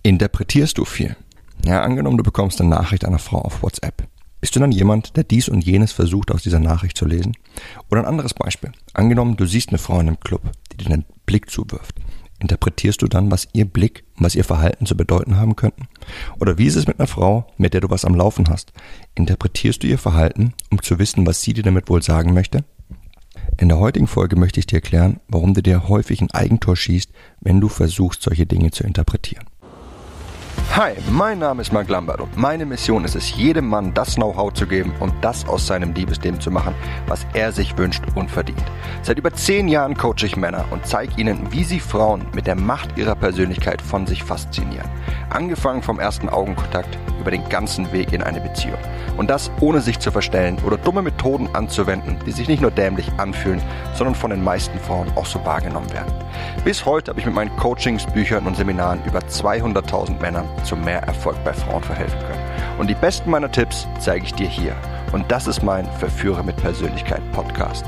Interpretierst du viel? Ja, angenommen, du bekommst eine Nachricht einer Frau auf WhatsApp. Bist du dann jemand, der dies und jenes versucht, aus dieser Nachricht zu lesen? Oder ein anderes Beispiel. Angenommen, du siehst eine Frau in einem Club, die dir einen Blick zuwirft. Interpretierst du dann, was ihr Blick und was ihr Verhalten zu bedeuten haben könnten? Oder wie ist es mit einer Frau, mit der du was am Laufen hast? Interpretierst du ihr Verhalten, um zu wissen, was sie dir damit wohl sagen möchte? In der heutigen Folge möchte ich dir erklären, warum du dir häufig ein Eigentor schießt, wenn du versuchst, solche Dinge zu interpretieren. Hi, mein Name ist Mark Lambert und meine Mission ist es, jedem Mann das Know-how zu geben und das aus seinem Liebesleben zu machen, was er sich wünscht und verdient. Seit über 10 Jahren coache ich Männer und zeige ihnen, wie sie Frauen mit der Macht ihrer Persönlichkeit von sich faszinieren. Angefangen vom ersten Augenkontakt über den ganzen Weg in eine Beziehung. Und das ohne sich zu verstellen oder dumme Methoden anzuwenden, die sich nicht nur dämlich anfühlen, sondern von den meisten Frauen auch so wahrgenommen werden. Bis heute habe ich mit meinen Coachings, Büchern und Seminaren über 200.000 Männern zu mehr Erfolg bei Frauen verhelfen können. Und die besten meiner Tipps zeige ich dir hier. Und das ist mein Verführe mit Persönlichkeit Podcast.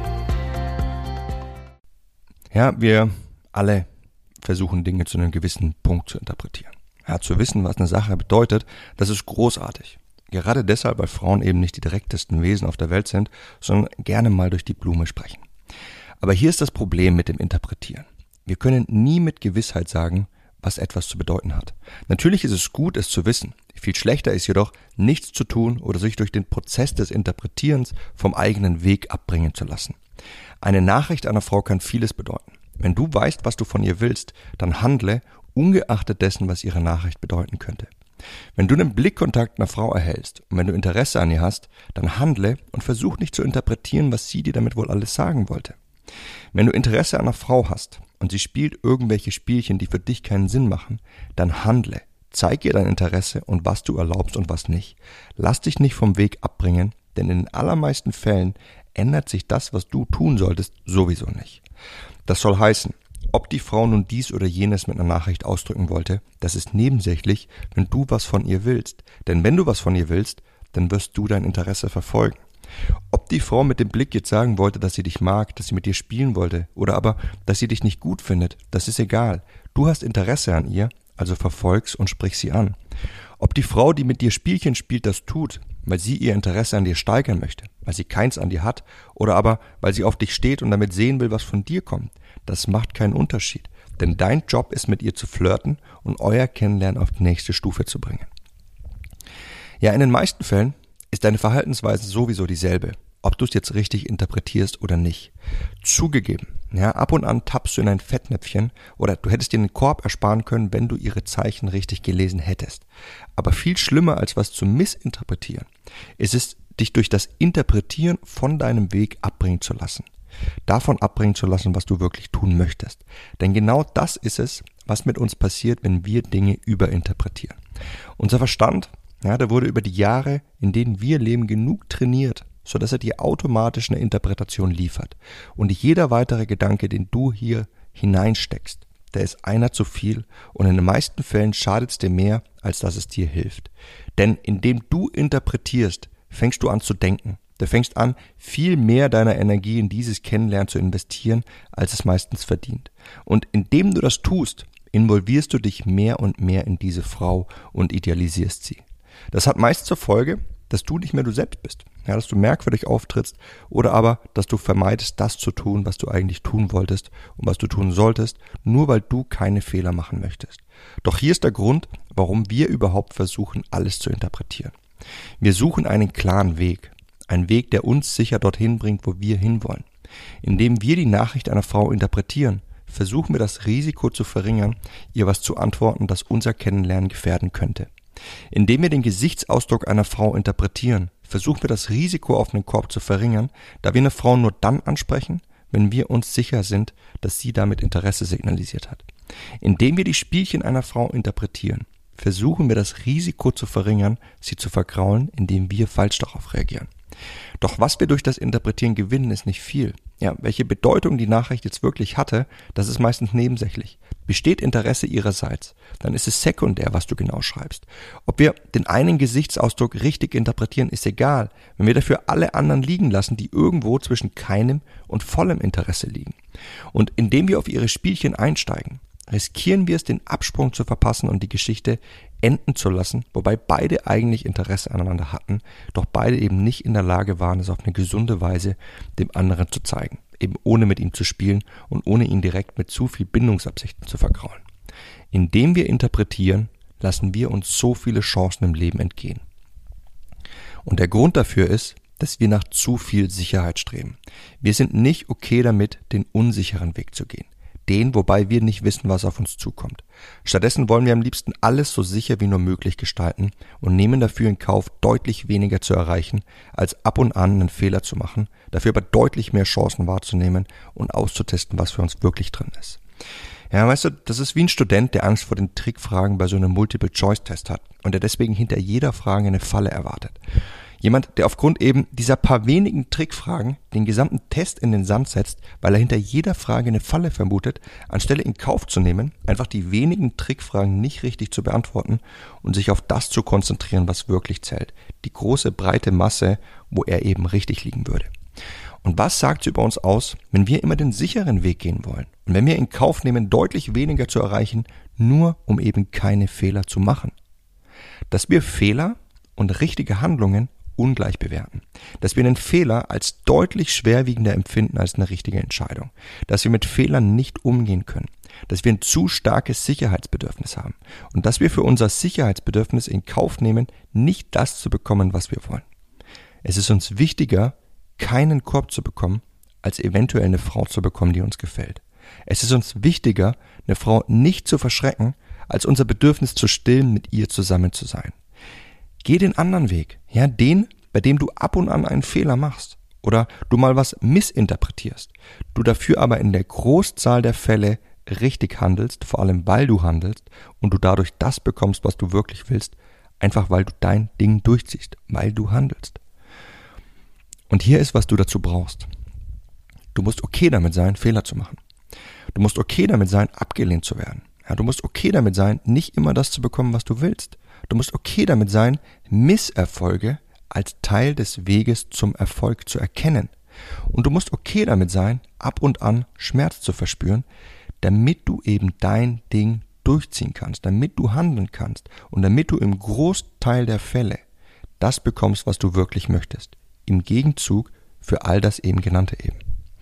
Ja, wir alle versuchen Dinge zu einem gewissen Punkt zu interpretieren. Ja, zu wissen, was eine Sache bedeutet, das ist großartig. Gerade deshalb, weil Frauen eben nicht die direktesten Wesen auf der Welt sind, sondern gerne mal durch die Blume sprechen. Aber hier ist das Problem mit dem Interpretieren. Wir können nie mit Gewissheit sagen, was etwas zu bedeuten hat. Natürlich ist es gut, es zu wissen. Viel schlechter ist jedoch, nichts zu tun oder sich durch den Prozess des Interpretierens vom eigenen Weg abbringen zu lassen. Eine Nachricht einer Frau kann vieles bedeuten. Wenn du weißt, was du von ihr willst, dann handle, ungeachtet dessen, was ihre Nachricht bedeuten könnte. Wenn du einen Blickkontakt einer Frau erhältst und wenn du Interesse an ihr hast, dann handle und versuch nicht zu interpretieren, was sie dir damit wohl alles sagen wollte. Wenn du Interesse an einer Frau hast und sie spielt irgendwelche Spielchen, die für dich keinen Sinn machen, dann handle. Zeig ihr dein Interesse und was du erlaubst und was nicht. Lass dich nicht vom Weg abbringen, denn in den allermeisten Fällen ändert sich das, was du tun solltest, sowieso nicht. Das soll heißen, ob die Frau nun dies oder jenes mit einer Nachricht ausdrücken wollte, das ist nebensächlich, wenn du was von ihr willst. Denn wenn du was von ihr willst, dann wirst du dein Interesse verfolgen. Ob die Frau mit dem Blick jetzt sagen wollte, dass sie dich mag, dass sie mit dir spielen wollte oder aber, dass sie dich nicht gut findet, das ist egal. Du hast Interesse an ihr, also verfolg's und sprich sie an. Ob die Frau, die mit dir Spielchen spielt, das tut, weil sie ihr Interesse an dir steigern möchte, weil sie keins an dir hat oder aber, weil sie auf dich steht und damit sehen will, was von dir kommt, das macht keinen Unterschied. Denn dein Job ist, mit ihr zu flirten und euer Kennenlernen auf die nächste Stufe zu bringen. Ja, in den meisten Fällen ist deine Verhaltensweise sowieso dieselbe, ob du es jetzt richtig interpretierst oder nicht. Zugegeben, ja, ab und an tappst du in ein Fettnäpfchen oder du hättest dir den Korb ersparen können, wenn du ihre Zeichen richtig gelesen hättest. Aber viel schlimmer als was zu missinterpretieren, ist es, dich durch das Interpretieren von deinem Weg abbringen zu lassen. Davon abbringen zu lassen, was du wirklich tun möchtest. Denn genau das ist es, was mit uns passiert, wenn wir Dinge überinterpretieren. Unser Verstand, ja, der wurde über die Jahre, in denen wir leben, genug trainiert, sodass er dir automatisch eine Interpretation liefert. Und jeder weitere Gedanke, den du hier hineinsteckst, der ist einer zu viel und in den meisten Fällen schadet es dir mehr, als dass es dir hilft. Denn indem du interpretierst, fängst du an zu denken. Du fängst an, viel mehr deiner Energie in dieses Kennenlernen zu investieren, als es meistens verdient. Und indem du das tust, involvierst du dich mehr und mehr in diese Frau und idealisierst sie. Das hat meist zur Folge, dass du nicht mehr du selbst bist, ja, dass du merkwürdig auftrittst oder aber, dass du vermeidest, das zu tun, was du eigentlich tun wolltest und was du tun solltest, nur weil du keine Fehler machen möchtest. Doch hier ist der Grund, warum wir überhaupt versuchen, alles zu interpretieren. Wir suchen einen klaren Weg, einen Weg, der uns sicher dorthin bringt, wo wir hinwollen. Indem wir die Nachricht einer Frau interpretieren, versuchen wir das Risiko zu verringern, ihr was zu antworten, das unser Kennenlernen gefährden könnte. Indem wir den Gesichtsausdruck einer Frau interpretieren, versuchen wir das Risiko auf einen Korb zu verringern, da wir eine Frau nur dann ansprechen, wenn wir uns sicher sind, dass sie damit Interesse signalisiert hat. Indem wir die Spielchen einer Frau interpretieren, versuchen wir das Risiko zu verringern, sie zu vergraulen, indem wir falsch darauf reagieren. Doch was wir durch das Interpretieren gewinnen, ist nicht viel. Ja, welche Bedeutung die Nachricht jetzt wirklich hatte, das ist meistens nebensächlich. Besteht Interesse ihrerseits, dann ist es sekundär, was du genau schreibst. Ob wir den einen Gesichtsausdruck richtig interpretieren, ist egal, wenn wir dafür alle anderen liegen lassen, die irgendwo zwischen keinem und vollem Interesse liegen. Und indem wir auf ihre Spielchen einsteigen, riskieren wir es, den Absprung zu verpassen und die Geschichte enden zu lassen, wobei beide eigentlich Interesse aneinander hatten, doch beide eben nicht in der Lage waren, es auf eine gesunde Weise dem anderen zu zeigen, eben ohne mit ihm zu spielen und ohne ihn direkt mit zu viel Bindungsabsichten zu vergraulen. Indem wir interpretieren, lassen wir uns so viele Chancen im Leben entgehen. Und der Grund dafür ist, dass wir nach zu viel Sicherheit streben. Wir sind nicht okay damit, den unsicheren Weg zu gehen. Den, wobei wir nicht wissen, was auf uns zukommt. Stattdessen wollen wir am liebsten alles so sicher wie nur möglich gestalten und nehmen dafür in Kauf, deutlich weniger zu erreichen, als ab und an einen Fehler zu machen, dafür aber deutlich mehr Chancen wahrzunehmen und auszutesten, was für uns wirklich drin ist. Ja, weißt du, das ist wie ein Student, der Angst vor den Trickfragen bei so einem Multiple-Choice-Test hat und der deswegen hinter jeder Frage eine Falle erwartet. Jemand, der aufgrund eben dieser paar wenigen Trickfragen den gesamten Test in den Sand setzt, weil er hinter jeder Frage eine Falle vermutet, anstelle in Kauf zu nehmen, einfach die wenigen Trickfragen nicht richtig zu beantworten und sich auf das zu konzentrieren, was wirklich zählt. Die große, breite Masse, wo er eben richtig liegen würde. Und was sagt sie über uns aus, wenn wir immer den sicheren Weg gehen wollen? Und wenn wir in Kauf nehmen, deutlich weniger zu erreichen, nur um eben keine Fehler zu machen? Dass wir Fehler und richtige Handlungen ungleich bewerten. Dass wir einen Fehler als deutlich schwerwiegender empfinden als eine richtige Entscheidung. Dass wir mit Fehlern nicht umgehen können. Dass wir ein zu starkes Sicherheitsbedürfnis haben. Und dass wir für unser Sicherheitsbedürfnis in Kauf nehmen, nicht das zu bekommen, was wir wollen. Es ist uns wichtiger, keinen Korb zu bekommen, als eventuell eine Frau zu bekommen, die uns gefällt. Es ist uns wichtiger, eine Frau nicht zu verschrecken, als unser Bedürfnis zu stillen, mit ihr zusammen zu sein. Geh den anderen Weg, ja, den, bei dem du ab und an einen Fehler machst oder du mal was missinterpretierst, du dafür aber in der Großzahl der Fälle richtig handelst, vor allem weil du handelst und du dadurch das bekommst, was du wirklich willst, einfach weil du dein Ding durchziehst, weil du handelst. Und hier ist, was du dazu brauchst. Du musst okay damit sein, Fehler zu machen. Du musst okay damit sein, abgelehnt zu werden. Ja, du musst okay damit sein, nicht immer das zu bekommen, was du willst. Du musst okay damit sein, Misserfolge als Teil des Weges zum Erfolg zu erkennen. Und du musst okay damit sein, ab und an Schmerz zu verspüren, damit du eben dein Ding durchziehen kannst, damit du handeln kannst und damit du im Großteil der Fälle das bekommst, was du wirklich möchtest. Im Gegenzug für all das eben Genannte eben.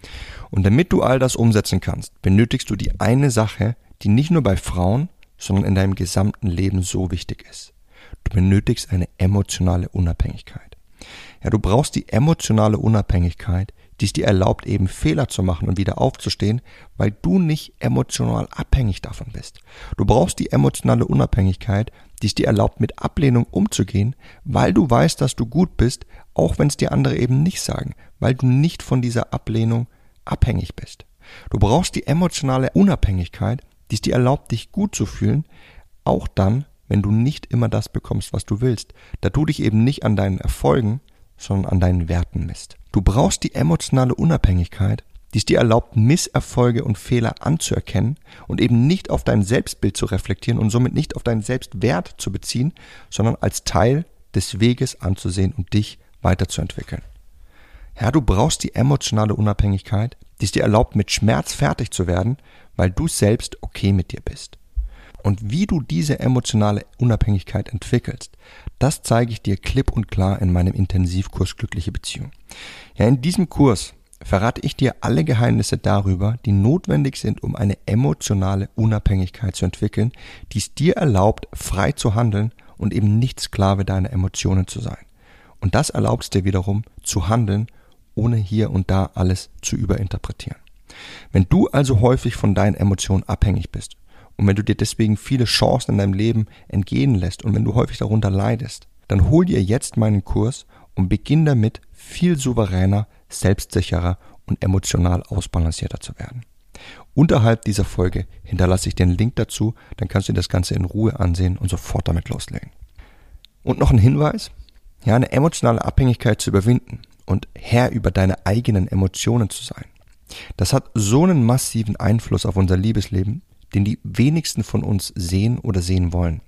Und damit du all das umsetzen kannst, benötigst du die eine Sache, die nicht nur bei Frauen, sondern in deinem gesamten Leben so wichtig ist. Du benötigst eine emotionale Unabhängigkeit. Ja, du brauchst die emotionale Unabhängigkeit, die es dir erlaubt, eben Fehler zu machen und wieder aufzustehen, weil du nicht emotional abhängig davon bist. Du brauchst die emotionale Unabhängigkeit, die es dir erlaubt, mit Ablehnung umzugehen, weil du weißt, dass du gut bist, auch wenn es dir andere eben nicht sagen, weil du nicht von dieser Ablehnung abhängig bist. Du brauchst die emotionale Unabhängigkeit, die es dir erlaubt, dich gut zu fühlen, auch dann, wenn du nicht immer das bekommst, was du willst, da du dich eben nicht an deinen Erfolgen, sondern an deinen Werten misst. Du brauchst die emotionale Unabhängigkeit, die es dir erlaubt, Misserfolge und Fehler anzuerkennen und eben nicht auf dein Selbstbild zu reflektieren und somit nicht auf deinen Selbstwert zu beziehen, sondern als Teil des Weges anzusehen und dich weiterzuentwickeln. Ja, du brauchst die emotionale Unabhängigkeit, die es dir erlaubt, mit Schmerz fertig zu werden, weil du selbst okay mit dir bist. Und wie du diese emotionale Unabhängigkeit entwickelst, das zeige ich dir klipp und klar in meinem Intensivkurs Glückliche Beziehung. Ja, in diesem Kurs verrate ich dir alle Geheimnisse darüber, die notwendig sind, um eine emotionale Unabhängigkeit zu entwickeln, die es dir erlaubt, frei zu handeln und eben nicht Sklave deiner Emotionen zu sein. Und das erlaubt es dir wiederum, zu handeln, ohne hier und da alles zu überinterpretieren. Wenn du also häufig von deinen Emotionen abhängig bist und wenn du dir deswegen viele Chancen in deinem Leben entgehen lässt und wenn du häufig darunter leidest, dann hol dir jetzt meinen Kurs und beginn damit, viel souveräner, selbstsicherer und emotional ausbalancierter zu werden. Unterhalb dieser Folge hinterlasse ich dir einen Link dazu, dann kannst du dir das Ganze in Ruhe ansehen und sofort damit loslegen. Und noch ein Hinweis, ja, eine emotionale Abhängigkeit zu überwinden und Herr über deine eigenen Emotionen zu sein. Das hat so einen massiven Einfluss auf unser Liebesleben, den die wenigsten von uns sehen oder sehen wollen.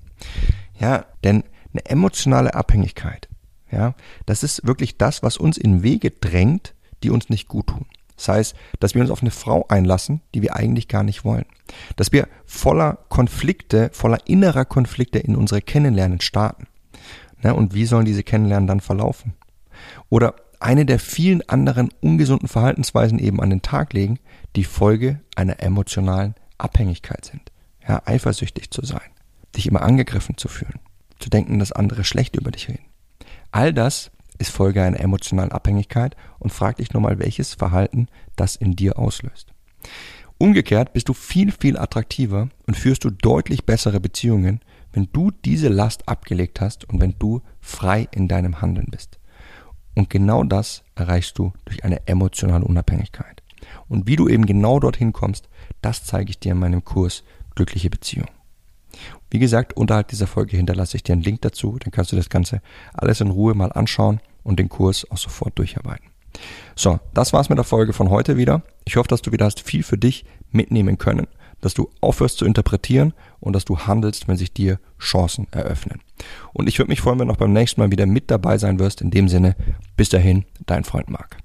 Ja, denn eine emotionale Abhängigkeit, ja, das ist wirklich das, was uns in Wege drängt, die uns nicht gut tun. Das heißt, dass wir uns auf eine Frau einlassen, die wir eigentlich gar nicht wollen. Dass wir voller innerer Konflikte in unsere Kennenlernen starten. Und wie sollen diese Kennenlernen dann verlaufen? Oder eine der vielen anderen ungesunden Verhaltensweisen eben an den Tag legen, die Folge einer emotionalen Abhängigkeit sind. Ja, eifersüchtig zu sein, dich immer angegriffen zu fühlen, zu denken, dass andere schlecht über dich reden. All das ist Folge einer emotionalen Abhängigkeit und frag dich nochmal, welches Verhalten das in dir auslöst. Umgekehrt bist du viel, viel attraktiver und führst du deutlich bessere Beziehungen, wenn du diese Last abgelegt hast und wenn du frei in deinem Handeln bist. Und genau das erreichst du durch eine emotionale Unabhängigkeit. Und wie du eben genau dorthin kommst, das zeige ich dir in meinem Kurs Glückliche Beziehung. Wie gesagt, unterhalb dieser Folge hinterlasse ich dir einen Link dazu, dann kannst du das Ganze alles in Ruhe mal anschauen und den Kurs auch sofort durcharbeiten. So, das war's mit der Folge von heute wieder. Ich hoffe, dass du wieder hast viel für dich mitnehmen können, dass du aufhörst zu interpretieren und dass du handelst, wenn sich dir Chancen eröffnen. Und ich würde mich freuen, wenn du auch beim nächsten Mal wieder mit dabei sein wirst. In dem Sinne, bis dahin, dein Freund Marc.